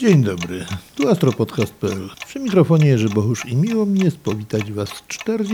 Dzień dobry, tu astropodcast.pl. Przy mikrofonie Jerzy Bohusz i miło mi jest powitać Was w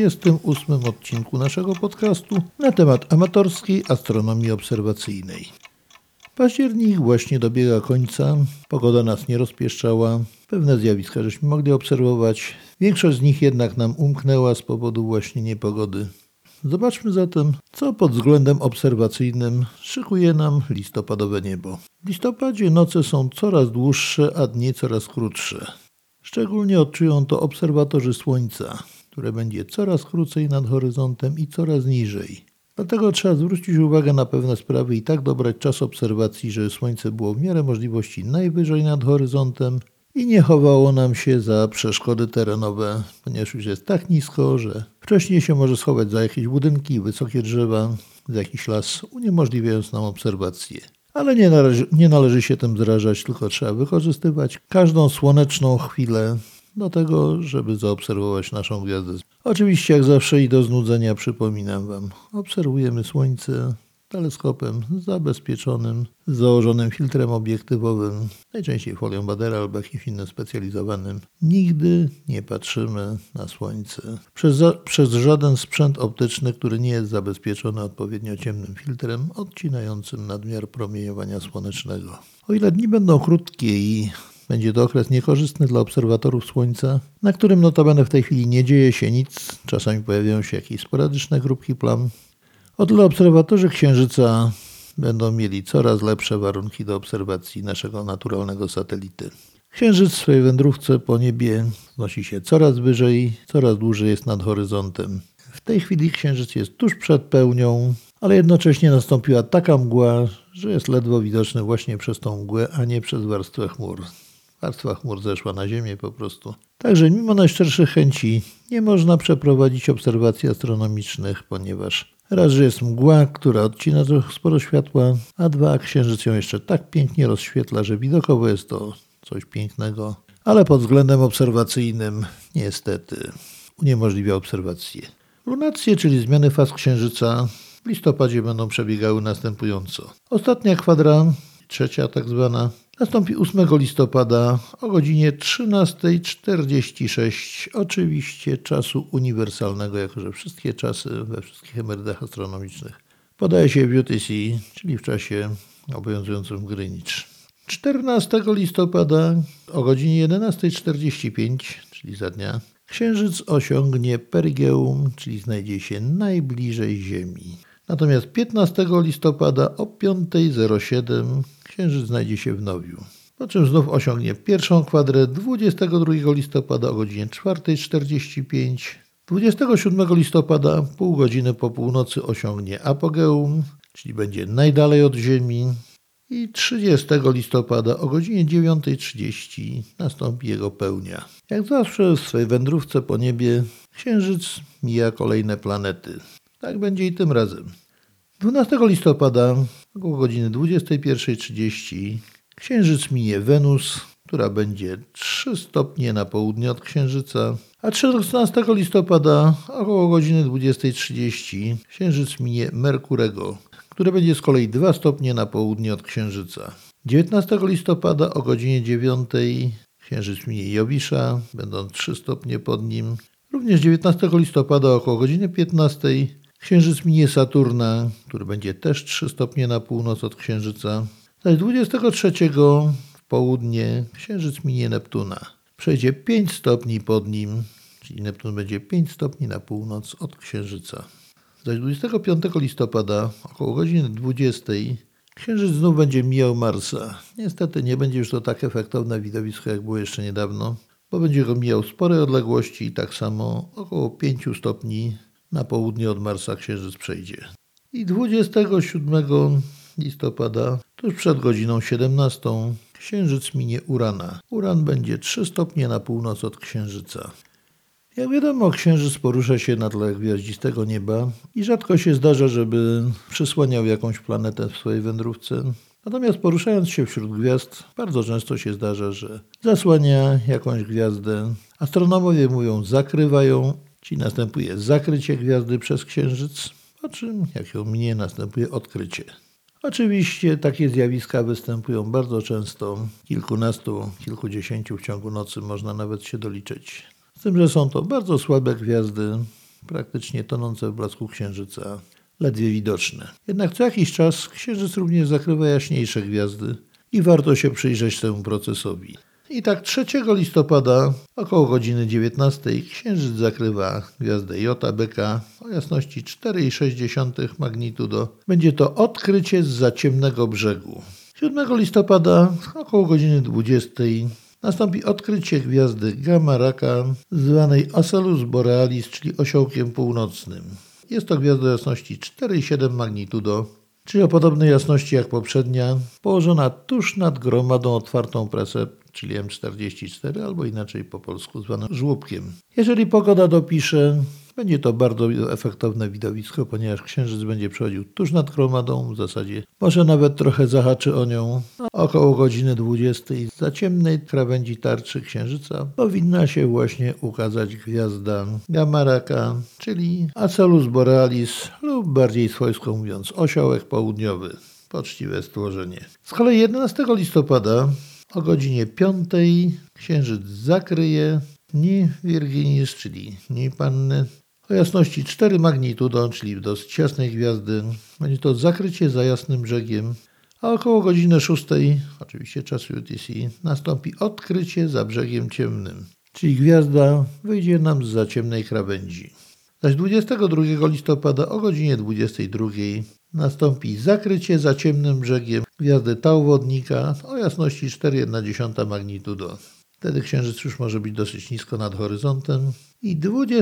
48. odcinku naszego podcastu na temat amatorskiej astronomii obserwacyjnej. Październik właśnie dobiega końca, pogoda nas nie rozpieszczała, pewne zjawiska żeśmy mogli obserwować, większość z nich jednak nam umknęła z powodu właśnie niepogody. Zobaczmy zatem, co pod względem obserwacyjnym szykuje nam listopadowe niebo. W listopadzie noce są coraz dłuższe, a dni coraz krótsze. Szczególnie odczują to obserwatorzy Słońca, które będzie coraz krócej nad horyzontem i coraz niżej. Dlatego trzeba zwrócić uwagę na pewne sprawy i tak dobrać czas obserwacji, żeby Słońce było w miarę możliwości najwyżej nad horyzontem i nie chowało nam się za przeszkody terenowe, ponieważ już jest tak nisko, że wcześniej się może schować za jakieś budynki, wysokie drzewa, za jakiś las, uniemożliwiając nam obserwację. Ale nie należy się tym zrażać, tylko trzeba wykorzystywać każdą słoneczną chwilę do tego, żeby zaobserwować naszą gwiazdę. Oczywiście, jak zawsze i do znudzenia przypominam Wam, obserwujemy Słońce teleskopem zabezpieczonym, z założonym filtrem obiektywowym, najczęściej folią Badera albo jakimś innym specjalizowanym. Nigdy nie patrzymy na Słońce przez żaden sprzęt optyczny, który nie jest zabezpieczony odpowiednio ciemnym filtrem odcinającym nadmiar promieniowania słonecznego. O ile dni będą krótkie i będzie to okres niekorzystny dla obserwatorów Słońca, na którym notabene w tej chwili nie dzieje się nic, czasami pojawiają się jakieś sporadyczne grupki plam, o tyle obserwatorzy Księżyca będą mieli coraz lepsze warunki do obserwacji naszego naturalnego satelity. Księżyc w swojej wędrówce po niebie wznosi się coraz wyżej, coraz dłużej jest nad horyzontem. W tej chwili Księżyc jest tuż przed pełnią, ale jednocześnie nastąpiła taka mgła, że jest ledwo widoczny właśnie przez tą mgłę, a nie przez warstwę chmur. Warstwa chmur zeszła na Ziemię po prostu. Także mimo najszczerszych chęci nie można przeprowadzić obserwacji astronomicznych, ponieważ raz, że jest mgła, która odcina trochę sporo światła, a dwa, Księżyc ją jeszcze tak pięknie rozświetla, że widokowo jest to coś pięknego, ale pod względem obserwacyjnym niestety uniemożliwia obserwację. Lunacje, czyli zmiany faz Księżyca, w listopadzie będą przebiegały następująco. Ostatnia kwadra, trzecia tak zwana, nastąpi 8 listopada o godzinie 13:46, oczywiście czasu uniwersalnego, jako że wszystkie czasy we wszystkich emerytach astronomicznych podaje się w UTC, czyli w czasie obowiązującym w Greenwich. 14 listopada o godzinie 11:45, czyli za dnia, Księżyc osiągnie perigeum, czyli znajdzie się najbliżej Ziemi. Natomiast 15 listopada o 5:07 Księżyc znajdzie się w Nowiu, po czym znów osiągnie pierwszą kwadrę 22 listopada o godzinie 4:45. 27 listopada, pół godziny po północy, osiągnie apogeum, czyli będzie najdalej od Ziemi. I 30 listopada o godzinie 9:30 nastąpi jego pełnia. Jak zawsze w swojej wędrówce po niebie Księżyc mija kolejne planety. Tak będzie i tym razem. 12 listopada około godziny 21:30 Księżyc minie Wenus, która będzie 3 stopnie na południe od Księżyca, a 13 listopada około godziny 20:30 Księżyc minie Merkurego, które będzie z kolei 2 stopnie na południe od Księżyca. 19 listopada o godzinie 9 Księżyc minie Jowisza, będąc 3 stopnie pod nim. Również 19 listopada około godziny 15 Księżyc minie Saturna, który będzie też 3 stopnie na północ od Księżyca. Zaś 23 w południe Księżyc minie Neptuna. Przejdzie 5 stopni pod nim, czyli Neptun będzie 5 stopni na północ od Księżyca. Zaś 25 listopada około godziny 20 Księżyc znów będzie mijał Marsa. Niestety nie będzie już to tak efektowne widowisko, jak było jeszcze niedawno, bo będzie go mijał spore odległości i tak samo około 5 stopni na południe od Marsa Księżyc przejdzie. I 27 listopada, tuż przed godziną 17, Księżyc minie Urana. Uran będzie 3 stopnie na północ od Księżyca. Jak wiadomo, Księżyc porusza się na tle gwiaździstego nieba i rzadko się zdarza, żeby przysłaniał jakąś planetę w swojej wędrówce. Natomiast poruszając się wśród gwiazd, bardzo często się zdarza, że zasłania jakąś gwiazdę. Astronomowie mówią zakrywają, czyli następuje zakrycie gwiazdy przez Księżyc, po czym jak ją minie następuje odkrycie. Oczywiście takie zjawiska występują bardzo często, kilkunastu, kilkudziesięciu w ciągu nocy można nawet się doliczyć. Z tym, że są to bardzo słabe gwiazdy, praktycznie tonące w blasku księżyca, ledwie widoczne. Jednak co jakiś czas księżyc również zakrywa jaśniejsze gwiazdy i warto się przyjrzeć temu procesowi. I tak 3 listopada około godziny 19 księżyc zakrywa gwiazdę Jota Byka o jasności 4,6 magnitudo. Będzie to odkrycie zza ciemnego brzegu. 7 listopada około godziny 20 nastąpi odkrycie gwiazdy Gamma Raka zwanej Ocellus Borealis, czyli osiołkiem północnym. Jest to gwiazda o jasności 4,7 magnitudo, czyli o podobnej jasności jak poprzednia, położona tuż nad gromadą otwartą Preceps, czyli M44, albo inaczej po polsku zwanym żłóbkiem. Jeżeli pogoda dopisze, będzie to bardzo efektowne widowisko, ponieważ księżyc będzie przechodził tuż nad gromadą, w zasadzie może nawet trochę zahaczy o nią. Około godziny 20 za ciemnej krawędzi tarczy księżyca powinna się właśnie ukazać gwiazda Gamma Raka, czyli Ocellus Borealis lub bardziej swojsko mówiąc osiołek południowy. Poczciwe stworzenie. Z kolei 11 listopada o godzinie 5 księżyc zakryje Dni Virginis, czyli Dni Panny, o jasności 4 magnitudo, czyli dosyć jasnej gwiazdy. Będzie to zakrycie za jasnym brzegiem, a około godziny 6, oczywiście czasu UTC, nastąpi odkrycie za brzegiem ciemnym, czyli gwiazda wyjdzie nam zza ciemnej krawędzi. Zaś 22 listopada o godzinie 22 nastąpi zakrycie za ciemnym brzegiem gwiazdy Tau Wodnika o jasności 4,1 magnitudo. Wtedy księżyc już może być dosyć nisko nad horyzontem. I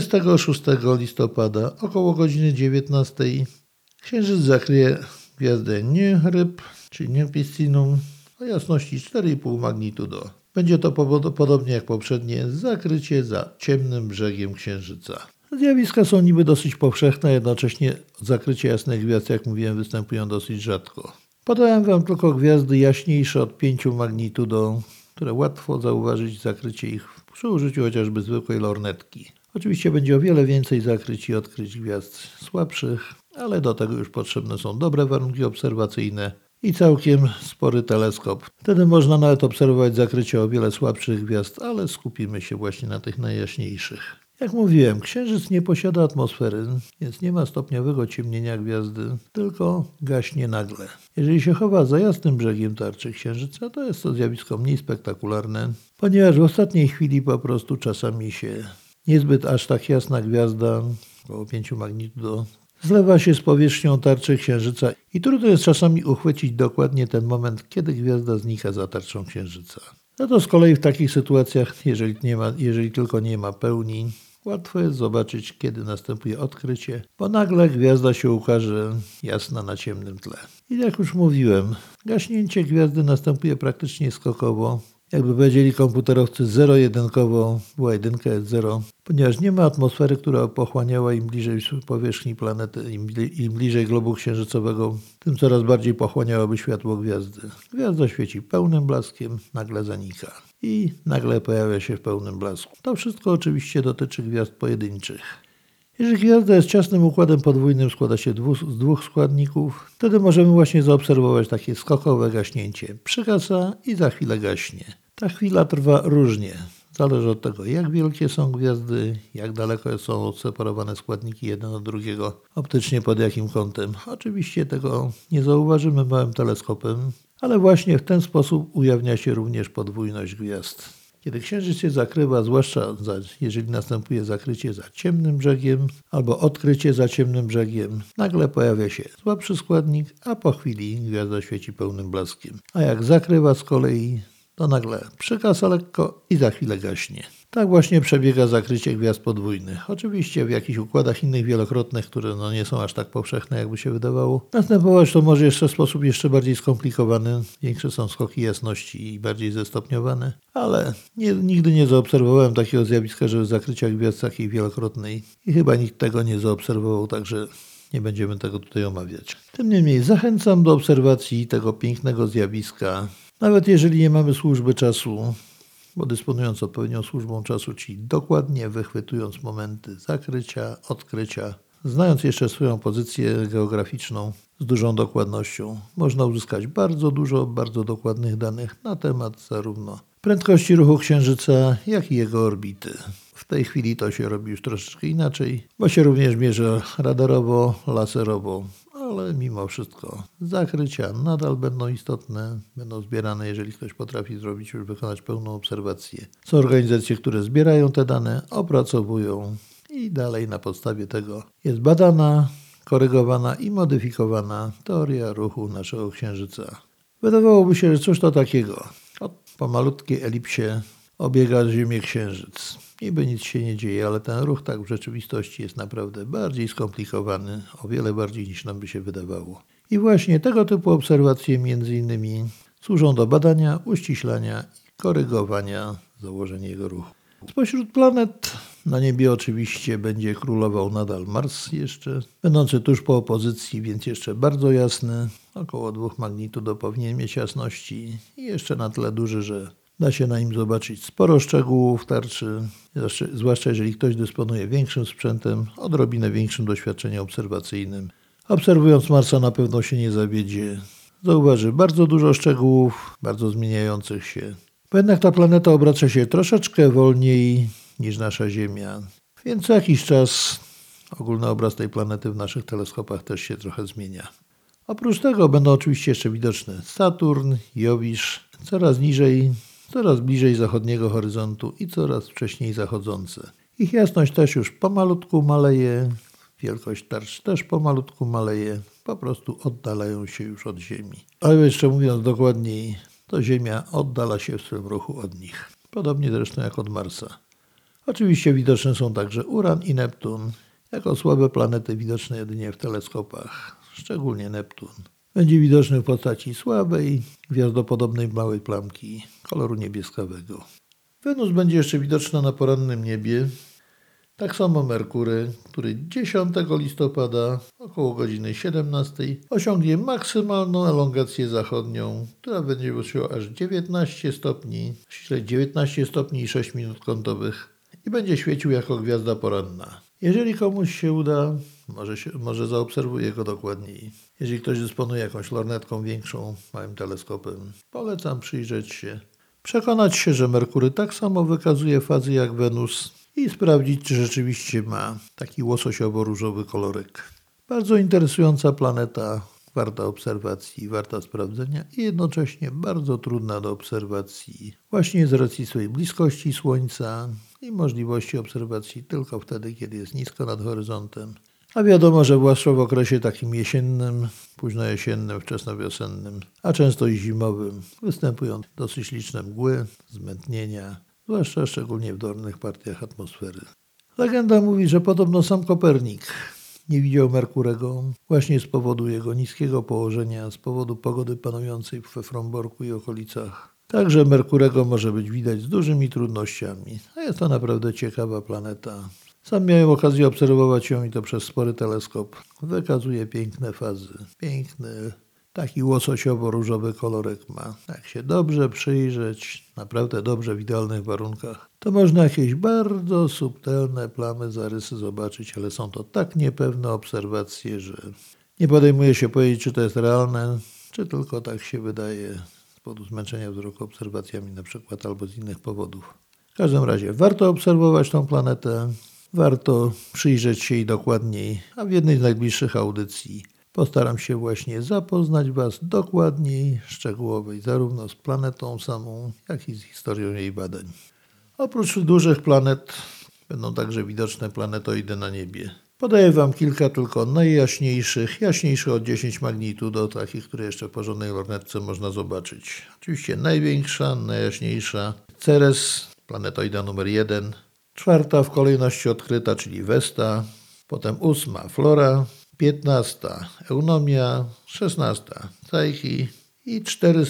26 listopada około godziny 19 księżyc zakryje gwiazdę Nu Ryb, czyli Nu Piscinum o jasności 4,5 magnitudo. Będzie to podobnie jak poprzednie zakrycie za ciemnym brzegiem księżyca. Zjawiska są niby dosyć powszechne, jednocześnie zakrycie jasnych gwiazd, jak mówiłem, występują dosyć rzadko. Podałem Wam tylko gwiazdy jaśniejsze od 5 magnitudo, które łatwo zauważyć zakrycie ich przy użyciu chociażby zwykłej lornetki. Oczywiście będzie o wiele więcej zakryć i odkryć gwiazd słabszych, ale do tego już potrzebne są dobre warunki obserwacyjne i całkiem spory teleskop. Wtedy można nawet obserwować zakrycie o wiele słabszych gwiazd, ale skupimy się właśnie na tych najjaśniejszych. Jak mówiłem, księżyc nie posiada atmosfery, więc nie ma stopniowego ciemnienia gwiazdy, tylko gaśnie nagle. Jeżeli się chowa za jasnym brzegiem tarczy księżyca, to jest to zjawisko mniej spektakularne, ponieważ w ostatniej chwili po prostu czasami się niezbyt aż tak jasna gwiazda, około 5 magnitudo, zlewa się z powierzchnią tarczy księżyca i trudno jest czasami uchwycić dokładnie ten moment, kiedy gwiazda znika za tarczą księżyca. No to z kolei w takich sytuacjach, jeżeli tylko nie ma pełni, łatwo jest zobaczyć, kiedy następuje odkrycie, bo nagle gwiazda się ukaże jasna na ciemnym tle. I jak już mówiłem, gaśnięcie gwiazdy następuje praktycznie skokowo. Jakby powiedzieli komputerowcy zero-jedynkowo, była jedynka jest zero, ponieważ nie ma atmosfery, która pochłaniała im bliżej powierzchni planety, im bliżej globu księżycowego, tym coraz bardziej pochłaniałaby światło gwiazdy. Gwiazda świeci pełnym blaskiem, nagle zanika i nagle pojawia się w pełnym blasku. To wszystko oczywiście dotyczy gwiazd pojedynczych. Jeżeli gwiazda jest ciasnym układem podwójnym, składa się z dwóch składników, wtedy możemy właśnie zaobserwować takie skokowe gaśnięcie. Przygasa i za chwilę gaśnie. Ta chwila trwa różnie. Zależy od tego, jak wielkie są gwiazdy, jak daleko są odseparowane składniki jeden od drugiego, optycznie pod jakim kątem. Oczywiście tego nie zauważymy małym teleskopem, ale właśnie w ten sposób ujawnia się również podwójność gwiazd. Kiedy księżyc się zakrywa, zwłaszcza jeżeli następuje zakrycie za ciemnym brzegiem albo odkrycie za ciemnym brzegiem, nagle pojawia się słabszy składnik, a po chwili gwiazda świeci pełnym blaskiem. A jak zakrywa z kolei, to nagle przygasa lekko i za chwilę gaśnie. Tak właśnie przebiega zakrycie gwiazd podwójnych. Oczywiście w jakichś układach innych wielokrotnych, które nie są aż tak powszechne, jakby się wydawało. Następować to może jeszcze w sposób jeszcze bardziej skomplikowany. Większe są skoki jasności i bardziej zestopniowane. Ale nigdy nie zaobserwowałem takiego zjawiska, żeby zakrycia gwiazd takiej wielokrotnej. I chyba nikt tego nie zaobserwował, także nie będziemy tego tutaj omawiać. Tym niemniej zachęcam do obserwacji tego pięknego zjawiska. Nawet jeżeli nie mamy służby czasu, bo dysponując odpowiednią służbą czasu, czyli dokładnie wychwytując momenty zakrycia, odkrycia, znając jeszcze swoją pozycję geograficzną z dużą dokładnością, można uzyskać bardzo dużo, bardzo dokładnych danych na temat zarówno prędkości ruchu Księżyca, jak i jego orbity. W tej chwili to się robi już troszeczkę inaczej, bo się również mierzy radarowo, laserowo, ale mimo wszystko zakrycia nadal będą istotne, będą zbierane, jeżeli ktoś potrafi zrobić już wykonać pełną obserwację. Są organizacje, które zbierają te dane, opracowują i dalej na podstawie tego jest badana, korygowana i modyfikowana teoria ruchu naszego Księżyca. Wydawałoby się, że cóż to takiego? Po malutkiej elipsie obiega Ziemię Księżyc. Niby nic się nie dzieje, ale ten ruch tak w rzeczywistości jest naprawdę bardziej skomplikowany, o wiele bardziej niż nam by się wydawało. I właśnie tego typu obserwacje między innymi służą do badania, uściślania i korygowania założeń jego ruchu. Spośród planet na niebie oczywiście będzie królował nadal Mars jeszcze, będący tuż po opozycji, więc jeszcze bardzo jasny, około 2 magnitudów powinien mieć jasności i jeszcze na tyle duży, że da się na nim zobaczyć sporo szczegółów tarczy, zwłaszcza jeżeli ktoś dysponuje większym sprzętem, odrobinę większym doświadczeniem obserwacyjnym. Obserwując Marsa na pewno się nie zawiedzie. Zauważy bardzo dużo szczegółów, bardzo zmieniających się. Bo jednak ta planeta obraca się troszeczkę wolniej niż nasza Ziemia, więc co jakiś czas ogólny obraz tej planety w naszych teleskopach też się trochę zmienia. Oprócz tego będą oczywiście jeszcze widoczne Saturn, Jowisz, coraz niżej, coraz bliżej zachodniego horyzontu i coraz wcześniej zachodzące. Ich jasność też już pomalutku maleje, wielkość tarcz też pomalutku maleje, po prostu oddalają się już od Ziemi. Ale jeszcze mówiąc dokładniej, to Ziemia oddala się w swym ruchu od nich. Podobnie zresztą jak od Marsa. Oczywiście widoczne są także Uran i Neptun, jako słabe planety widoczne jedynie w teleskopach, szczególnie Neptun. Będzie widoczny w postaci słabej, gwiazdopodobnej małej plamki koloru niebieskawego. Wenus będzie jeszcze widoczna na porannym niebie, tak samo Merkury, który 10 listopada około godziny 17 osiągnie maksymalną elongację zachodnią, która będzie wynosiła aż 19 stopni, 19 stopni i 6 minut kątowych i będzie świecił jako gwiazda poranna. Jeżeli komuś się uda, może zaobserwuje go dokładniej. Jeżeli ktoś dysponuje jakąś lornetką większą, małym teleskopem, polecam przyjrzeć się, przekonać się, że Merkury tak samo wykazuje fazy jak Wenus i sprawdzić, czy rzeczywiście ma taki łososiowo-różowy kolorek. Bardzo interesująca planeta, warta obserwacji, warta sprawdzenia i jednocześnie bardzo trudna do obserwacji właśnie z racji swojej bliskości Słońca i możliwości obserwacji tylko wtedy, kiedy jest nisko nad horyzontem. A wiadomo, że zwłaszcza w okresie takim jesiennym, późnojesiennym, wczesnowiosennym, a często i zimowym, występują dosyć liczne mgły, zmętnienia, zwłaszcza szczególnie w dolnych partiach atmosfery. Legenda mówi, że podobno sam Kopernik nie widział Merkurego właśnie z powodu jego niskiego położenia, z powodu pogody panującej we Fromborku i okolicach. Także Merkurego może być widać z dużymi trudnościami, a jest to naprawdę ciekawa planeta. Sam miałem okazję obserwować ją i to przez spory teleskop. Wykazuje piękne fazy, piękny, taki łososiowo-różowy kolorek ma. Jak się dobrze przyjrzeć, naprawdę dobrze w idealnych warunkach, to można jakieś bardzo subtelne plamy, zarysy zobaczyć, ale są to tak niepewne obserwacje, że nie podejmuje się powiedzieć, czy to jest realne, czy tylko tak się wydaje z powodu zmęczenia wzroku obserwacjami na przykład albo z innych powodów. W każdym razie warto obserwować tą planetę, warto przyjrzeć się jej dokładniej, a w jednej z najbliższych audycji postaram się właśnie zapoznać Was dokładniej, szczegółowej, zarówno z planetą samą, jak i z historią jej badań. Oprócz dużych planet będą także widoczne planetoidy na niebie. Podaję Wam kilka tylko najjaśniejszych, jaśniejszych od 10 magnitud, do takich, które jeszcze w porządnej lornetce można zobaczyć. Oczywiście największa, najjaśniejsza Ceres, planetoida numer 1, 4. w kolejności odkryta, czyli Vesta, potem 8. Flora, 15. Eunomia, 16. Psyche i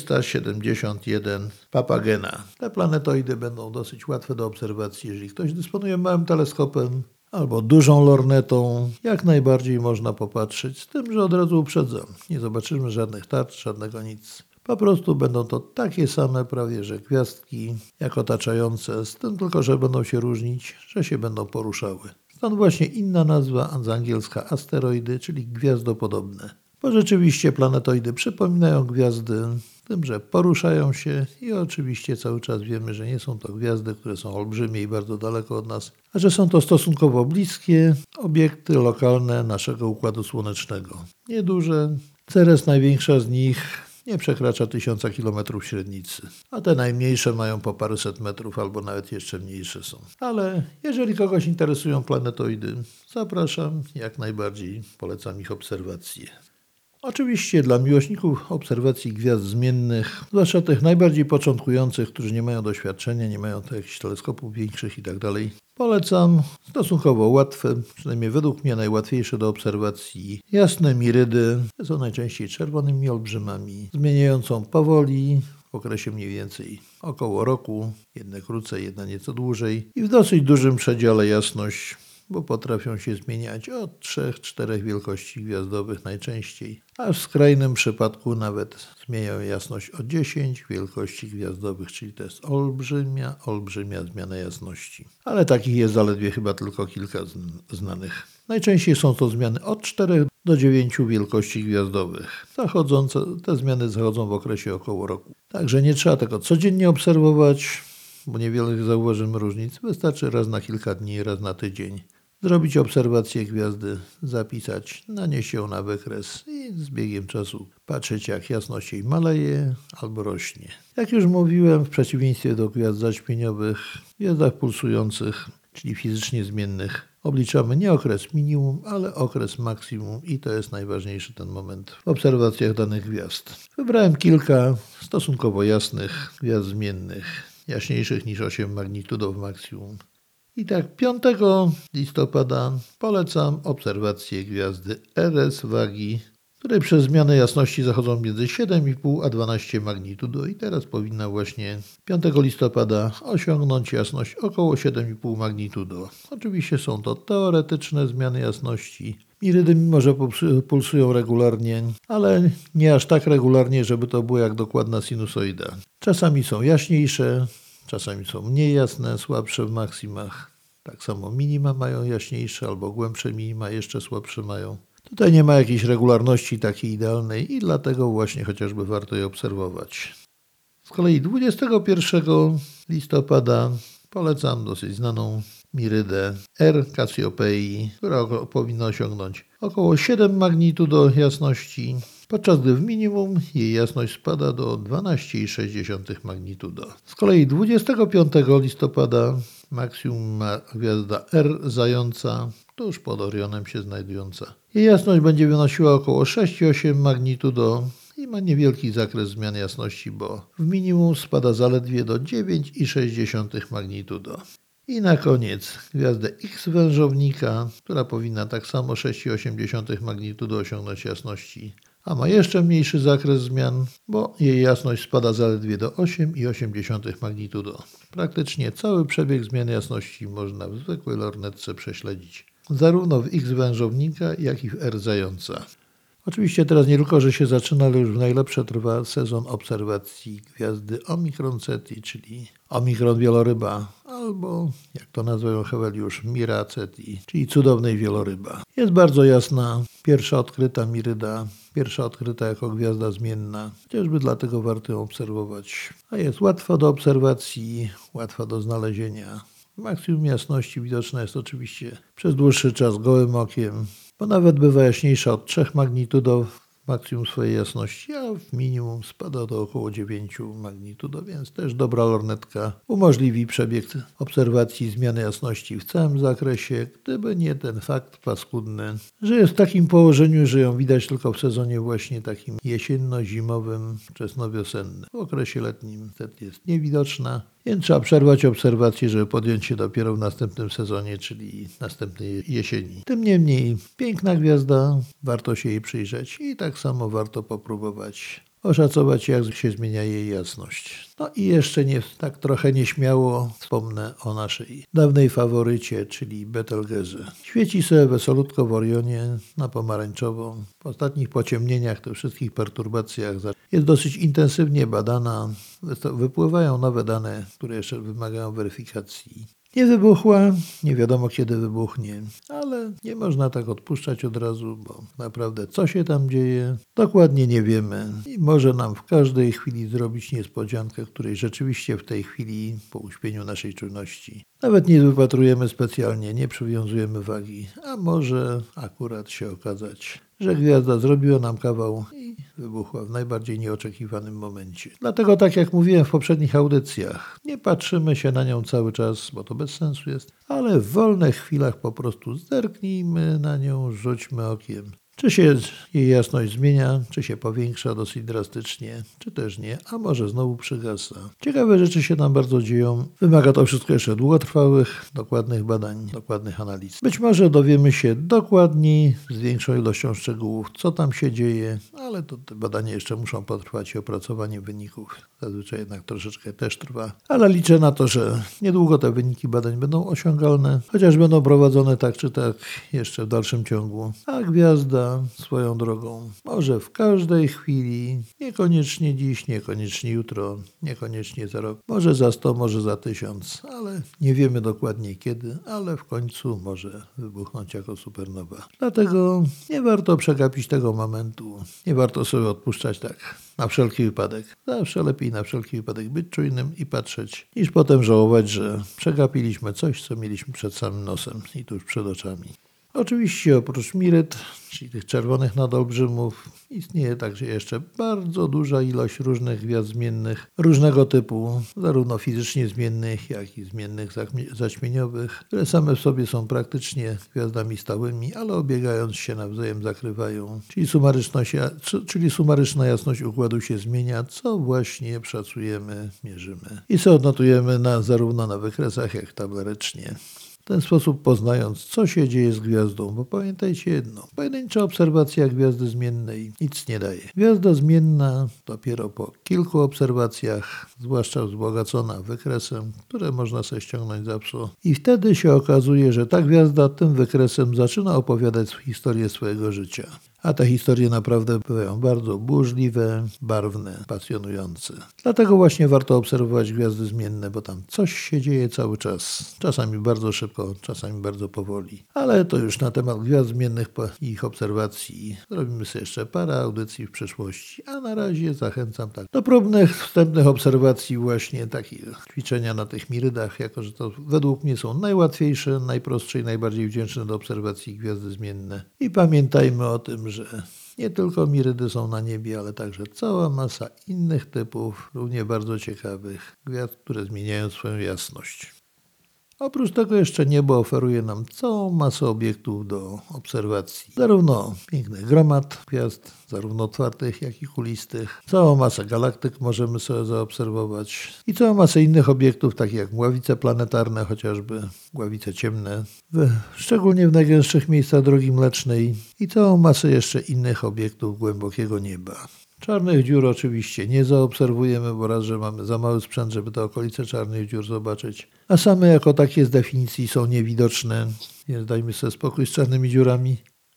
471 Papagena. Te planetoidy będą dosyć łatwe do obserwacji, jeżeli ktoś dysponuje małym teleskopem albo dużą lornetą. Jak najbardziej można popatrzeć, z tym, że od razu uprzedzam. Nie zobaczymy żadnych tarcz, żadnego nic. Po prostu będą to takie same prawie, że gwiazdki jak otaczające, z tym tylko, że będą się różnić, że się będą poruszały. Stąd właśnie inna nazwa z angielska asteroidy, czyli gwiazdopodobne. Bo rzeczywiście planetoidy przypominają gwiazdy, tym, że poruszają się i oczywiście cały czas wiemy, że nie są to gwiazdy, które są olbrzymie i bardzo daleko od nas, a że są to stosunkowo bliskie obiekty lokalne naszego Układu Słonecznego. Nieduże. Ceres, największa z nich, nie przekracza 1000 km średnicy, a te najmniejsze mają po paręset metrów albo nawet jeszcze mniejsze są. Ale jeżeli kogoś interesują planetoidy, zapraszam, jak najbardziej polecam ich obserwację. Oczywiście dla miłośników obserwacji gwiazd zmiennych, zwłaszcza tych najbardziej początkujących, którzy nie mają doświadczenia, nie mają jakichś teleskopów większych itd., polecam stosunkowo łatwe, przynajmniej według mnie najłatwiejsze do obserwacji, jasne mirydy, są najczęściej czerwonymi olbrzymami, zmieniającą powoli w okresie mniej więcej około roku, jedne krócej, jedna nieco dłużej i w dosyć dużym przedziale jasność, bo potrafią się zmieniać od 3-4 wielkości gwiazdowych najczęściej, a w skrajnym przypadku nawet zmieniają jasność o 10 wielkości gwiazdowych, czyli to jest olbrzymia zmiana jasności. Ale takich jest zaledwie chyba tylko kilka znanych. Najczęściej są to zmiany od 4 do 9 wielkości gwiazdowych. Te zmiany zachodzą w okresie około roku. Także nie trzeba tego codziennie obserwować, bo niewiele zauważymy różnic. Wystarczy raz na kilka dni, raz na tydzień zrobić obserwację gwiazdy, zapisać, nanieść ją na wykres i z biegiem czasu patrzeć, jak jasność jej maleje albo rośnie. Jak już mówiłem, w przeciwieństwie do gwiazd zaćmieniowych, w gwiazdach pulsujących, czyli fizycznie zmiennych, obliczamy nie okres minimum, ale okres maksimum i to jest najważniejszy ten moment w obserwacjach danych gwiazd. Wybrałem kilka stosunkowo jasnych gwiazd zmiennych, jaśniejszych niż 8 magnitudów maksimum. I tak 5 listopada polecam obserwację gwiazdy Eres Wagi, której przez zmianę jasności zachodzą między 7,5 a 12 magnitudo i teraz powinna właśnie 5 listopada osiągnąć jasność około 7,5 magnitudo. Oczywiście są to teoretyczne zmiany jasności. Mirydy mimo, że pulsują regularnie, ale nie aż tak regularnie, żeby to było jak dokładna sinusoida. Czasami są jaśniejsze, czasami są mniej jasne, słabsze w maksimach. Tak samo minima mają jaśniejsze albo głębsze minima jeszcze słabsze mają. Tutaj nie ma jakiejś regularności takiej idealnej i dlatego właśnie chociażby warto je obserwować. Z kolei 21 listopada polecam dosyć znaną mirydę R Cassiopei, która powinna osiągnąć około 7 magnitudo jasności, podczas gdy w minimum jej jasność spada do 12,6 magnitudo. Z kolei 25 listopada maksimum ma gwiazda R Zająca, tuż pod Orionem się znajdująca. Jej jasność będzie wynosiła około 6,8 magnitudo i ma niewielki zakres zmian jasności, bo w minimum spada zaledwie do 9,6 magnitudo. I na koniec gwiazdę X Wężownika, która powinna tak samo 6,8 magnitudo osiągnąć jasności, a ma jeszcze mniejszy zakres zmian, bo jej jasność spada zaledwie do 8,8 magnitudo. Praktycznie cały przebieg zmiany jasności można w zwykłej lornetce prześledzić, zarówno w X Wężownika, jak i w R Zająca. Oczywiście teraz nie tylko, że się zaczyna, ale już w najlepsze trwa sezon obserwacji gwiazdy Omikron Ceti, czyli Omikron wieloryba, albo jak to nazwają Heweliusz, Mira Ceti, czyli cudownej wieloryba. Jest bardzo jasna, pierwsza odkryta miryda, pierwsza odkryta jako gwiazda zmienna, chociażby dlatego warto ją obserwować. A jest łatwa do obserwacji, łatwa do znalezienia. Maksimum jasności widoczna jest oczywiście przez dłuższy czas gołym okiem, bo nawet bywa jaśniejsza od 3 magnitudo w maksimum swojej jasności, a w minimum spada do około 9 magnitudo, więc też dobra lornetka umożliwi przebieg obserwacji zmiany jasności w całym zakresie, gdyby nie ten fakt paskudny, że jest w takim położeniu, że ją widać tylko w sezonie właśnie takim jesienno-zimowym, wczesnowiosennym. W okresie letnim niestety jest niewidoczna, więc trzeba przerwać obserwację, żeby podjąć się dopiero w następnym sezonie, czyli następnej jesieni. Tym niemniej piękna gwiazda, warto się jej przyjrzeć i tak samo warto popróbować oszacować, jak się zmienia jej jasność. No i jeszcze tak trochę nieśmiało wspomnę o naszej dawnej faworycie, czyli Betelgeuse. Świeci sobie wesolutko w Orionie na pomarańczowo. W ostatnich pociemnieniach, tych wszystkich perturbacjach jest dosyć intensywnie badana. Wypływają nowe dane, które jeszcze wymagają weryfikacji. Nie wybuchła, nie wiadomo kiedy wybuchnie, ale nie można tak odpuszczać od razu, bo naprawdę co się tam dzieje, dokładnie nie wiemy i może nam w każdej chwili zrobić niespodziankę, której rzeczywiście w tej chwili, po uśpieniu naszej czujności, nawet nie wypatrujemy specjalnie, nie przywiązujemy wagi, a może akurat się okazać, że gwiazda zrobiła nam kawał i wybuchła w najbardziej nieoczekiwanym momencie. Dlatego, tak jak mówiłem w poprzednich audycjach, nie patrzymy się na nią cały czas, bo to bez sensu jest, ale w wolnych chwilach po prostu zerknijmy na nią, rzućmy okiem. Czy się jej jasność zmienia, czy się powiększa dosyć drastycznie, czy też nie, a może znowu przygasa. Ciekawe rzeczy się tam bardzo dzieją. Wymaga to wszystko jeszcze długotrwałych, dokładnych badań, dokładnych analiz. Być może dowiemy się dokładniej, z większą ilością szczegółów, co tam się dzieje, ale to te badania jeszcze muszą potrwać i opracowanie wyników zazwyczaj jednak troszeczkę też trwa. Ale liczę na to, że niedługo te wyniki badań będą osiągalne, chociaż będą prowadzone tak czy tak jeszcze w dalszym ciągu. A gwiazda swoją drogą może w każdej chwili, niekoniecznie dziś, niekoniecznie jutro, niekoniecznie za rok, może za 100, może za 1000, ale nie wiemy dokładnie kiedy, ale w końcu może wybuchnąć jako supernowa. Dlatego nie warto przegapić tego momentu, nie warto sobie odpuszczać tak na wszelki wypadek. Zawsze lepiej na wszelki wypadek być czujnym i patrzeć, niż potem żałować, że przegapiliśmy coś, co mieliśmy przed samym nosem i tuż przed oczami. Oczywiście oprócz miryt, czyli tych czerwonych nadolbrzymów, istnieje także jeszcze bardzo duża ilość różnych gwiazd zmiennych, różnego typu, zarówno fizycznie zmiennych, jak i zmiennych zaćmieniowych, które same w sobie są praktycznie gwiazdami stałymi, ale obiegając się nawzajem zakrywają, czyli sumaryczna jasność układu się zmienia, co właśnie szacujemy, mierzymy i co odnotujemy zarówno na wykresach, jak tabelerycznie. W ten sposób poznając, co się dzieje z gwiazdą, bo pamiętajcie jedno, pojedyncza obserwacja gwiazdy zmiennej nic nie daje. Gwiazda zmienna dopiero po kilku obserwacjach, zwłaszcza wzbogacona wykresem, które można sobie ściągnąć za pso, i wtedy się okazuje, że ta gwiazda tym wykresem zaczyna opowiadać historię swojego życia. A te historie naprawdę bywają bardzo burzliwe, barwne, pasjonujące. Dlatego właśnie warto obserwować gwiazdy zmienne, bo tam coś się dzieje cały czas. Czasami bardzo szybko, czasami bardzo powoli. Ale to już na temat gwiazd zmiennych i ich obserwacji zrobimy sobie jeszcze parę audycji w przyszłości. A na razie zachęcam do próbnych, wstępnych obserwacji właśnie takiego ćwiczenia na tych mirydach, jako że to według mnie są najłatwiejsze, najprostsze i najbardziej wdzięczne do obserwacji gwiazdy zmienne. I pamiętajmy o tym, że nie tylko mirydy są na niebie, ale także cała masa innych typów, równie bardzo ciekawych gwiazd, które zmieniają swoją jasność. Oprócz tego jeszcze niebo oferuje nam całą masę obiektów do obserwacji. Zarówno pięknych gromad gwiazd, zarówno otwartych, jak i kulistych. Całą masę galaktyk możemy sobie zaobserwować. I całą masę innych obiektów, takich jak mgławice planetarne, chociażby mgławice ciemne, szczególnie w najgęstszych miejscach Drogi Mlecznej. I całą masę jeszcze innych obiektów głębokiego nieba. Czarnych dziur oczywiście nie zaobserwujemy, bo raz, że mamy za mały sprzęt, żeby te okolice czarnych dziur zobaczyć, a same jako takie z definicji są niewidoczne, więc dajmy sobie spokój z czarnymi dziurami.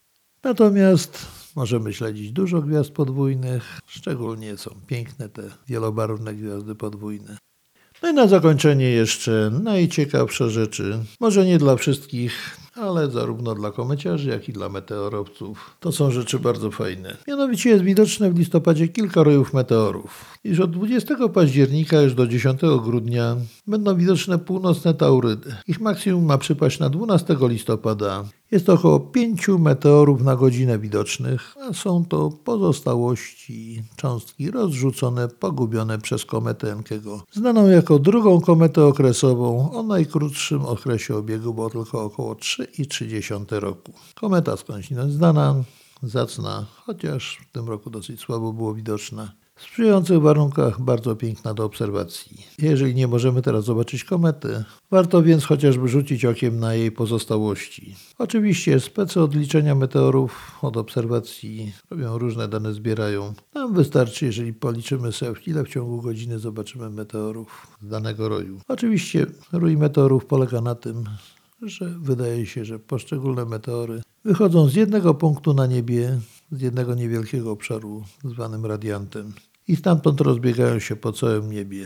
Natomiast możemy śledzić dużo gwiazd podwójnych, szczególnie są piękne te wielobarwne gwiazdy podwójne. No i na zakończenie jeszcze najciekawsze rzeczy, może nie dla wszystkich, ale zarówno dla komeciarzy, jak i dla meteorowców. To są rzeczy bardzo fajne. Mianowicie jest widoczne w listopadzie kilka rojów meteorów. Iż od 20 października już do 10 grudnia będą widoczne północne taurydy. Ich maksimum ma przypaść na 12 listopada. Jest około 5 meteorów na godzinę widocznych, a są to pozostałości cząstki rozrzucone, pogubione przez kometę Encke'ego, znaną jako drugą kometę okresową o najkrótszym okresie obiegu, bo tylko około 3,3 roku. Kometa skądinąd znana, zacna, chociaż w tym roku dosyć słabo było widoczna. W sprzyjających warunkach bardzo piękna do obserwacji. Jeżeli nie możemy teraz zobaczyć komety, warto więc chociażby rzucić okiem na jej pozostałości. Oczywiście spece odliczenia meteorów od obserwacji robią różne dane, zbierają. Nam wystarczy, jeżeli policzymy sobie, ile w ciągu godziny zobaczymy meteorów z danego roju. Oczywiście rój meteorów polega na tym, że wydaje się, że poszczególne meteory wychodzą z jednego punktu na niebie, z jednego niewielkiego obszaru zwanym radiantem i stamtąd rozbiegają się po całym niebie.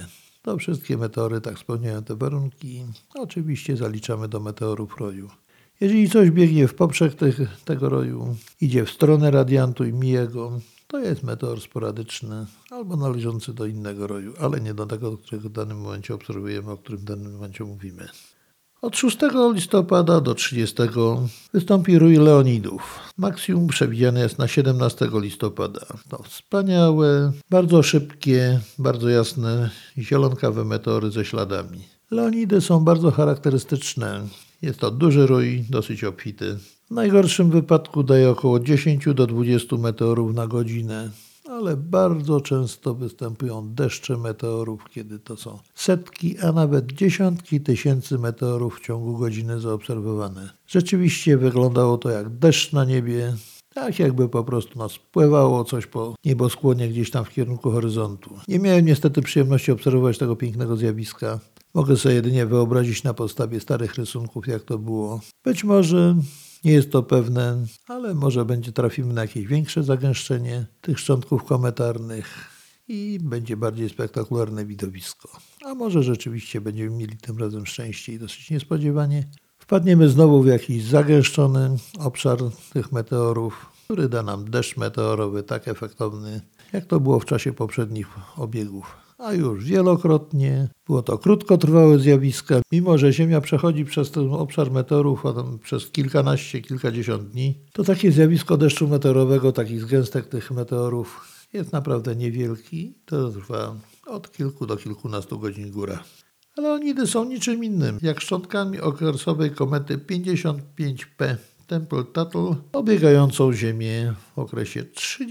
To wszystkie meteory tak spełniają te warunki. Oczywiście zaliczamy do meteorów roju. Jeżeli coś biegnie w poprzek tego roju, idzie w stronę radiantu i mija go, to jest meteor sporadyczny albo należący do innego roju, ale nie do tego, którego w danym momencie obserwujemy, o którym w danym momencie mówimy. Od 6 listopada do 30 wystąpi rój Leonidów. Maksimum przewidziane jest na 17 listopada. To wspaniałe, bardzo szybkie, bardzo jasne, zielonkawe meteory ze śladami. Leonidy są bardzo charakterystyczne. Jest to duży rój, dosyć obfity. W najgorszym wypadku daje około 10 do 20 meteorów na godzinę, ale bardzo często występują deszcze meteorów, kiedy to są setki, a nawet dziesiątki tysięcy meteorów w ciągu godziny zaobserwowane. Rzeczywiście wyglądało to jak deszcz na niebie, tak jakby po prostu spływało coś po nieboskłonie gdzieś tam w kierunku horyzontu. Nie miałem niestety przyjemności obserwować tego pięknego zjawiska. Mogę sobie jedynie wyobrazić na podstawie starych rysunków, jak to było. Być może, nie jest to pewne, ale może trafimy na jakieś większe zagęszczenie tych szczątków kometarnych i będzie bardziej spektakularne widowisko. A może rzeczywiście będziemy mieli tym razem szczęście i dosyć niespodziewanie wpadniemy znowu w jakiś zagęszczony obszar tych meteorów, który da nam deszcz meteorowy tak efektowny, jak to było w czasie poprzednich obiegów. A już wielokrotnie było to krótkotrwałe zjawiska. Mimo że Ziemia przechodzi przez ten obszar meteorów przez kilkanaście, kilkadziesiąt dni, to takie zjawisko deszczu meteorowego, takich zgęstek tych meteorów jest naprawdę niewielki. To trwa od kilku do kilkunastu godzin góra. Leonidy są niczym innym, jak szczątkami okresowej komety 55P Tempel-Tuttle obiegającą Ziemię w okresie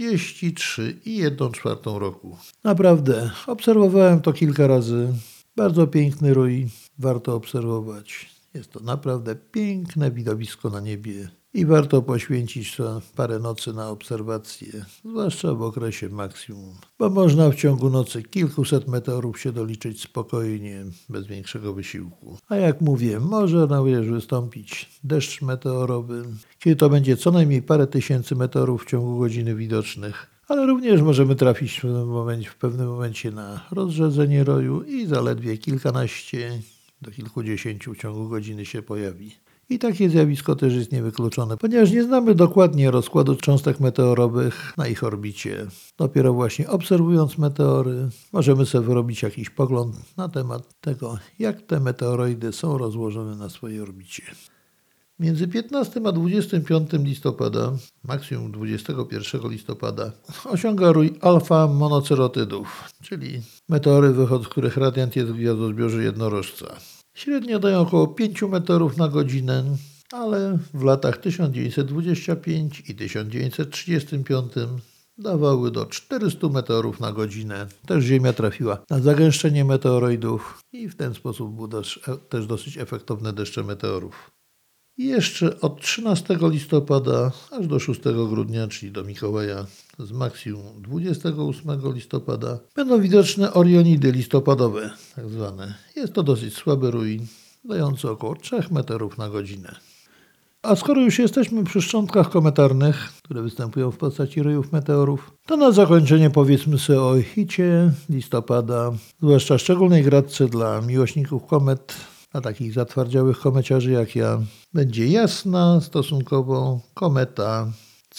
33,1 roku. Naprawdę, obserwowałem to kilka razy. Bardzo piękny rój, warto obserwować. Jest to naprawdę piękne widowisko na niebie i warto poświęcić parę nocy na obserwacje, zwłaszcza w okresie maksimum, bo można w ciągu nocy kilkuset meteorów się doliczyć spokojnie, bez większego wysiłku. A jak mówię, może również wystąpić deszcz meteorowy, kiedy to będzie co najmniej parę tysięcy meteorów w ciągu godziny widocznych. Ale również możemy trafić w pewnym momencie na rozrzedzenie roju i zaledwie kilkanaście do kilkudziesięciu w ciągu godziny się pojawi. I takie zjawisko też jest niewykluczone, ponieważ nie znamy dokładnie rozkładu cząstek meteorowych na ich orbicie. Dopiero właśnie obserwując meteory możemy sobie wyrobić jakiś pogląd na temat tego, jak te meteoroidy są rozłożone na swojej orbicie. Między 15 a 25 listopada, maksimum 21 listopada, osiąga rój alfa monocerotydów, czyli meteory, z których radiant jest w gwiazdozbiorze jednorożca. Średnio dają około 5 meteorów na godzinę, ale w latach 1925 i 1935 dawały do 400 meteorów na godzinę. Też Ziemia trafiła na zagęszczenie meteoroidów i w ten sposób były też dosyć efektowne deszcze meteorów. I jeszcze od 13 listopada aż do 6 grudnia, czyli do Mikołaja, z maksimum 28 listopada, będą widoczne Orionidy listopadowe, tak zwane. Jest to dosyć słaby rój, dający około 3 meteorów na godzinę. A skoro już jesteśmy przy szczątkach kometarnych, które występują w postaci rojów meteorów, to na zakończenie powiedzmy sobie o hicie listopada, zwłaszcza szczególnej gratce dla miłośników komet, a takich zatwardziałych komeciarzy jak ja, będzie jasna stosunkowo kometa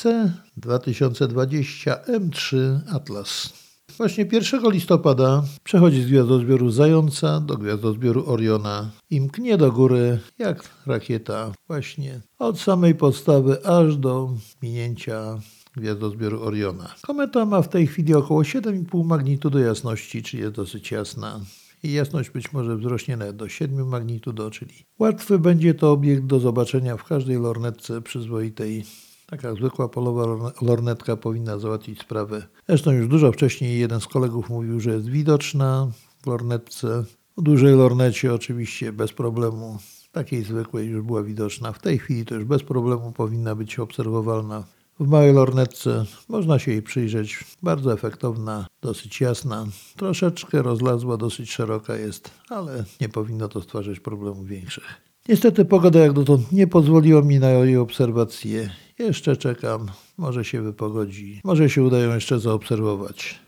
C2020 M3 Atlas. Właśnie 1 listopada przechodzi z gwiazdozbioru Zająca do gwiazdozbioru Oriona i mknie do góry jak rakieta właśnie od samej podstawy aż do minięcia gwiazdozbioru Oriona. Kometa ma w tej chwili około 7,5 magnitudo jasności, czyli jest dosyć jasna. I jasność być może wzrośnie nawet do 7 magnitudo, czyli łatwy będzie to obiekt do zobaczenia w każdej lornetce przyzwoitej. Taka zwykła polowa lornetka powinna załatwić sprawę. Zresztą już dużo wcześniej jeden z kolegów mówił, że jest widoczna w lornetce. W dużej lornecie oczywiście bez problemu. Takiej zwykłej już była widoczna. W tej chwili to już bez problemu powinna być obserwowalna. W małej lornetce można się jej przyjrzeć. Bardzo efektowna, dosyć jasna. Troszeczkę rozlazła, dosyć szeroka jest, ale nie powinno to stwarzać problemów większych. Niestety pogoda jak dotąd nie pozwoliła mi na jej obserwację. Jeszcze czekam, może się wypogodzi, może się udają jeszcze zaobserwować. W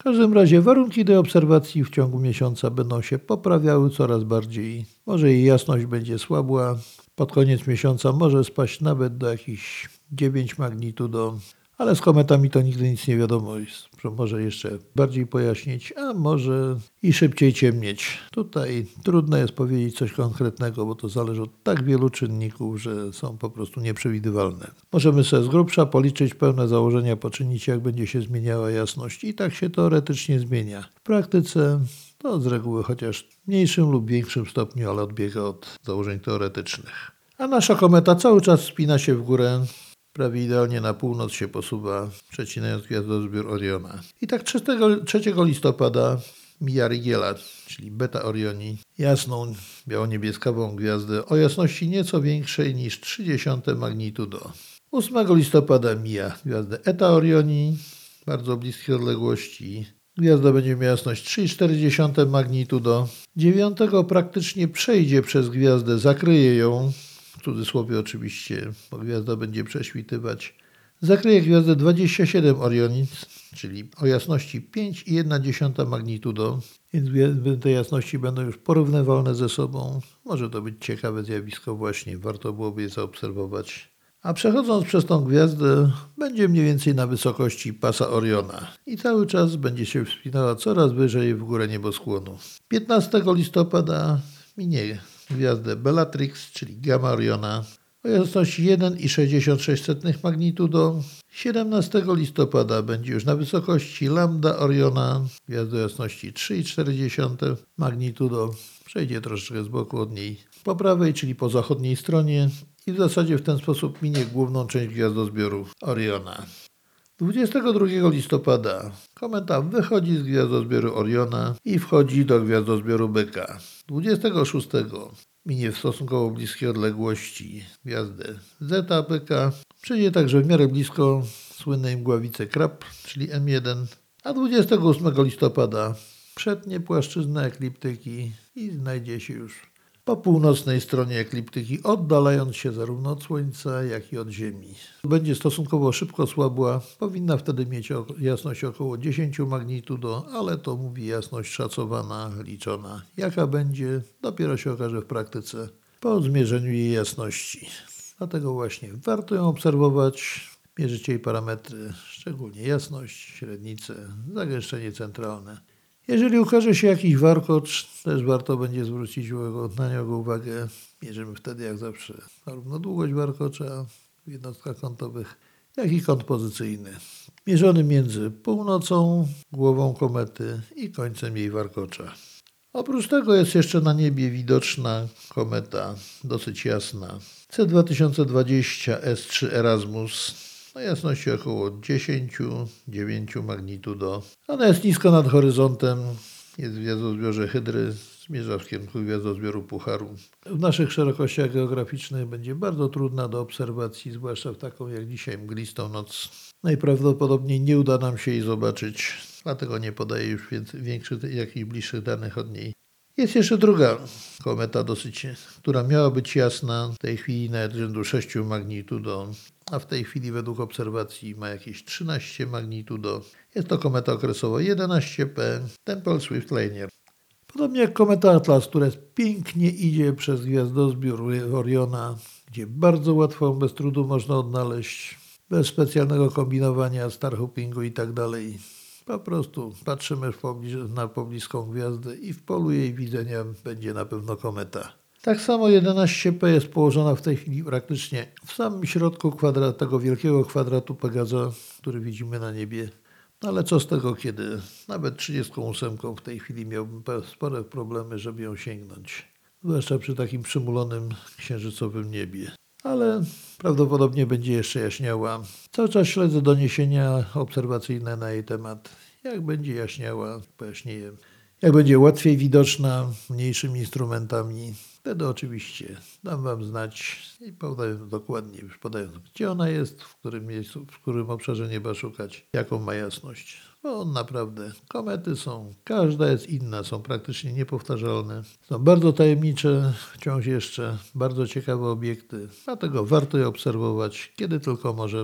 W każdym razie warunki tej obserwacji w ciągu miesiąca będą się poprawiały coraz bardziej. Może jej jasność będzie słabła. Pod koniec miesiąca może spaść nawet do jakichś 9 magnitudo. Ale z kometami to nigdy nic nie wiadomo. Może jeszcze bardziej pojaśnieć, a może i szybciej ciemnieć. Tutaj trudno jest powiedzieć coś konkretnego, bo to zależy od tak wielu czynników, że są po prostu nieprzewidywalne. Możemy sobie z grubsza policzyć pełne założenia, poczynić jak będzie się zmieniała jasność i tak się teoretycznie zmienia. W praktyce to z reguły chociaż w mniejszym lub większym stopniu, ale odbiega od założeń teoretycznych. A nasza kometa cały czas wspina się w górę. Prawie idealnie na północ się posuwa, przecinając gwiazdozbiór Oriona. I tak 3 listopada mija Rygiela, czyli Beta Orionii, jasną, biało-niebieskawą gwiazdę o jasności nieco większej niż 0,3 magnitudo. 8 listopada mija gwiazdę Eta Orionii, bardzo bliskiej odległości. Gwiazda będzie miała jasność 3,4 magnitudo. 9 praktycznie przejdzie przez gwiazdę, zakryje ją, w cudzysłowie oczywiście, bo gwiazda będzie prześwitywać. Zakryje gwiazdę 27 Orionic, czyli o jasności 5,1 magnitudo, więc te jasności będą już porównywalne ze sobą. Może to być ciekawe zjawisko właśnie, warto byłoby je zaobserwować. A przechodząc przez tą gwiazdę, będzie mniej więcej na wysokości pasa Oriona i cały czas będzie się wspinała coraz wyżej w górę nieboskłonu. 15 listopada minie gwiazdę Bellatrix, czyli Gamma Oriona, o jasności 1,66 magnitudo. 17 listopada będzie już na wysokości Lambda Oriona, gwiazda o jasności 3,4 magnitudo. Przejdzie troszeczkę z boku od niej po prawej, czyli po zachodniej stronie i w zasadzie w ten sposób minie główną część gwiazdozbioru Oriona. 22 listopada kometa wychodzi z gwiazdozbioru Oriona i wchodzi do gwiazdozbioru Byka. 26 minie w stosunkowo bliskiej odległości gwiazdę Zeta Byka. Przyjdzie także w miarę blisko słynnej mgławicy Krab, czyli M1. A 28 listopada przetnie płaszczyznę ekliptyki i znajdzie się już po północnej stronie ekliptyki, oddalając się zarówno od Słońca, jak i od Ziemi. Będzie stosunkowo szybko słabła, powinna wtedy mieć jasność około 10 magnitudo, ale to mówi jasność szacowana, liczona. Jaka będzie, dopiero się okaże w praktyce po zmierzeniu jej jasności. Dlatego właśnie warto ją obserwować, mierzyć jej parametry, szczególnie jasność, średnicę, zagęszczenie centralne. Jeżeli ukaże się jakiś warkocz, też warto będzie zwrócić na niego uwagę. Mierzymy wtedy jak zawsze zarówno długość warkocza w jednostkach kątowych, jak i kąt pozycyjny. Mierzony między północą, głową komety i końcem jej warkocza. Oprócz tego jest jeszcze na niebie widoczna kometa dosyć jasna. C2020 S3 Erasmus. O jasności około 10,9 magnitudo. Ona jest nisko nad horyzontem, jest w gwiazdozbiorze Hydry, zmierza w kierunku gwiazdozbioru Pucharu. W naszych szerokościach geograficznych będzie bardzo trudna do obserwacji, zwłaszcza w taką jak dzisiaj mglistą noc. Najprawdopodobniej nie uda nam się jej zobaczyć, dlatego nie podaję już jakichś bliższych danych od niej. Jest jeszcze druga kometa która miała być jasna, w tej chwili nawet rzędu 6 magnitudo, a w tej chwili według obserwacji ma jakieś 13 magnitudo. Jest to kometa okresowo 11P, Tempel-Swift-Lanier. Podobnie jak kometa Atlas, która pięknie idzie przez gwiazdozbiór Oriona, gdzie bardzo łatwo, bez trudu można odnaleźć, bez specjalnego kombinowania, starhoppingu i tak dalej. Po prostu patrzymy na pobliską gwiazdę i w polu jej widzenia będzie na pewno kometa. Tak samo 11P jest położona w tej chwili praktycznie w samym środku tego wielkiego kwadratu Pegaza, który widzimy na niebie. No ale co z tego, kiedy nawet 38 w tej chwili miałbym spore problemy, żeby ją sięgnąć. Zwłaszcza przy takim przymulonym księżycowym niebie. Ale prawdopodobnie będzie jeszcze jaśniała. Cały czas śledzę doniesienia obserwacyjne na jej temat. Jak będzie jaśniała, pojaśnieję. Jak będzie łatwiej widoczna mniejszymi instrumentami, wtedy oczywiście dam Wam znać i podając dokładnie, już podając gdzie ona jest, w którym miejscu, w którym obszarze nieba szukać, jaką ma jasność. Bo naprawdę komety każda jest inna, są praktycznie niepowtarzalne. Są bardzo tajemnicze, wciąż jeszcze bardzo ciekawe obiekty, dlatego warto je obserwować, kiedy tylko możemy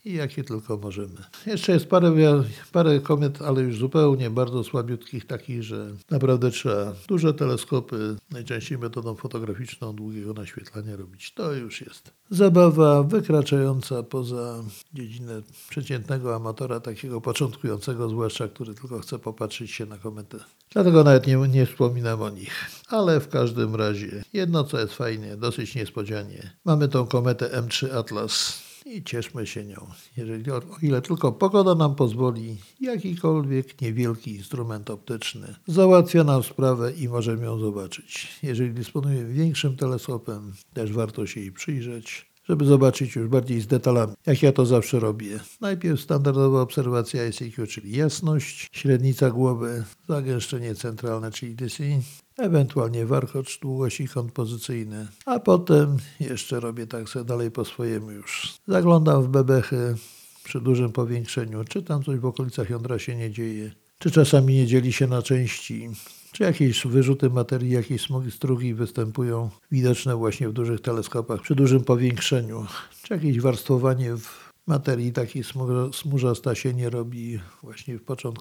i jakie tylko możemy. Jeszcze jest parę komet, ale już zupełnie bardzo słabiutkich, takich, że naprawdę trzeba duże teleskopy, najczęściej metodą fotograficzną długiego naświetlania robić. To już jest zabawa wykraczająca poza dziedzinę przeciętnego amatora, takiego początkującego zwłaszcza, który tylko chce popatrzeć się na kometę. Dlatego nawet nie wspominam o nich. Ale w każdym razie, jedno co jest fajnie, dosyć niespodzianie. Mamy tą kometę M3 Atlas i cieszmy się nią. O ile tylko pogoda nam pozwoli, jakikolwiek niewielki instrument optyczny załatwia nam sprawę i możemy ją zobaczyć. Jeżeli dysponujemy większym teleskopem, też warto się jej przyjrzeć, żeby zobaczyć już bardziej z detalami, jak ja to zawsze robię. Najpierw standardowa obserwacja ICQ, czyli jasność, średnica głowy, zagęszczenie centralne, czyli DCI, ewentualnie warkocz, długość i kąt pozycyjny, a potem jeszcze robię tak sobie dalej po swojemu już. Zaglądam w bebechy przy dużym powiększeniu, czy tam coś w okolicach jądra się nie dzieje, czy czasami nie dzieli się na części, czy jakieś wyrzuty materii, jakieś smugi, strugi występują widoczne właśnie w dużych teleskopach przy dużym powiększeniu, czy jakieś warstwowanie w materii takiej smużasta się nie robi właśnie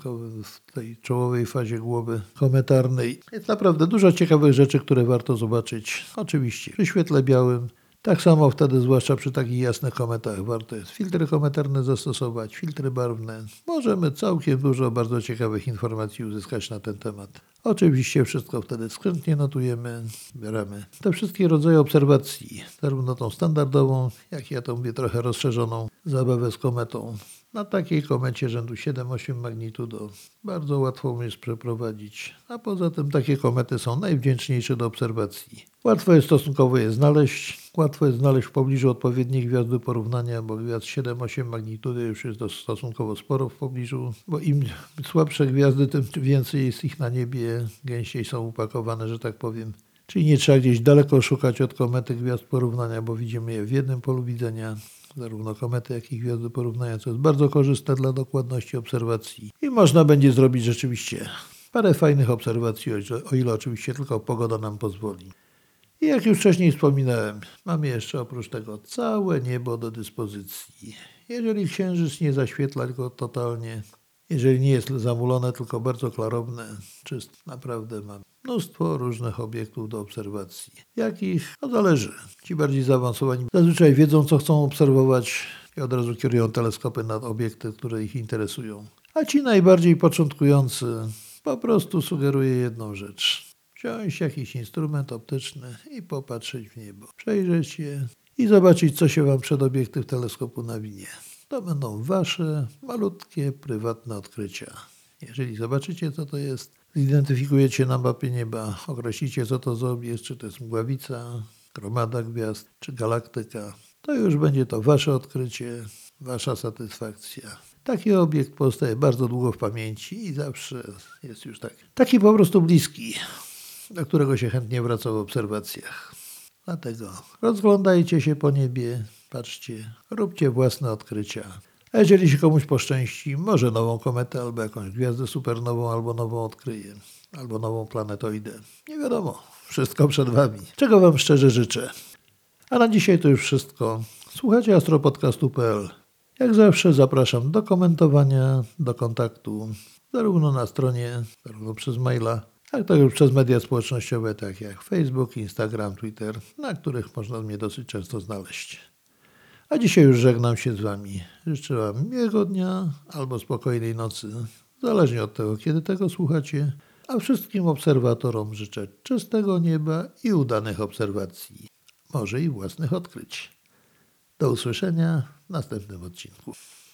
w tej czołowej fazie głowy kometarnej. Jest naprawdę dużo ciekawych rzeczy, które warto zobaczyć. Oczywiście przy świetle białym. Tak samo wtedy, zwłaszcza przy takich jasnych kometach, warto jest filtry kometarne zastosować, filtry barwne. Możemy całkiem dużo bardzo ciekawych informacji uzyskać na ten temat. Oczywiście wszystko wtedy skrzętnie notujemy, bieramy te wszystkie rodzaje obserwacji, zarówno tą standardową, jak ja to mówię trochę rozszerzoną zabawę z kometą. Na takiej komecie rzędu 7-8 magnitudo bardzo łatwo jest przeprowadzić, a poza tym takie komety są najwdzięczniejsze do obserwacji. Łatwo jest znaleźć w pobliżu odpowiedniej gwiazdy porównania, bo gwiazd 7-8 magnitudy już jest stosunkowo sporo w pobliżu, bo im słabsze gwiazdy, tym więcej jest ich na niebie, gęściej są upakowane, że tak powiem. Czyli nie trzeba gdzieś daleko szukać od komety gwiazd porównania, bo widzimy je w jednym polu widzenia, zarówno komety, jak i gwiazdy porównania, co jest bardzo korzystne dla dokładności obserwacji. I można będzie zrobić rzeczywiście parę fajnych obserwacji, o ile oczywiście tylko pogoda nam pozwoli. I jak już wcześniej wspominałem, mamy jeszcze oprócz tego całe niebo do dyspozycji. Jeżeli księżyc nie zaświetla go totalnie, jeżeli nie jest zamulone, tylko bardzo klarowne, czyste, naprawdę mam mnóstwo różnych obiektów do obserwacji. Jakich? No zależy. Ci bardziej zaawansowani zazwyczaj wiedzą, co chcą obserwować i od razu kierują teleskopy na obiekty, które ich interesują. A ci najbardziej początkujący po prostu sugeruję jedną rzecz. Wziąć jakiś instrument optyczny i popatrzeć w niebo. Przejrzeć je i zobaczyć, co się wam przed obiektyw teleskopu nawinie. To będą wasze malutkie, prywatne odkrycia. Jeżeli zobaczycie, co to jest, zidentyfikujecie na mapie nieba, określicie, co to za obiekt, czy to jest mgławica, gromada gwiazd, czy galaktyka, to już będzie to wasze odkrycie, wasza satysfakcja. Taki obiekt pozostaje bardzo długo w pamięci i zawsze jest już taki po prostu bliski, do którego się chętnie wraca w obserwacjach. Dlatego rozglądajcie się po niebie, patrzcie, róbcie własne odkrycia. A jeżeli się komuś poszczęści, może nową kometę, albo jakąś gwiazdę supernową, albo nową odkryje, albo nową planetoidę. Nie wiadomo, wszystko przed wami. Czego wam szczerze życzę. A na dzisiaj to już wszystko. Słuchajcie astropodcastu.pl. Jak zawsze zapraszam do komentowania, do kontaktu, zarówno na stronie, zarówno przez maila, jak także przez media społecznościowe, tak jak Facebook, Instagram, Twitter, na których można mnie dosyć często znaleźć. A dzisiaj już żegnam się z wami. Życzę wam miłego dnia albo spokojnej nocy, zależnie od tego, kiedy tego słuchacie. A wszystkim obserwatorom życzę czystego nieba i udanych obserwacji, może i własnych odkryć. Do usłyszenia w następnym odcinku.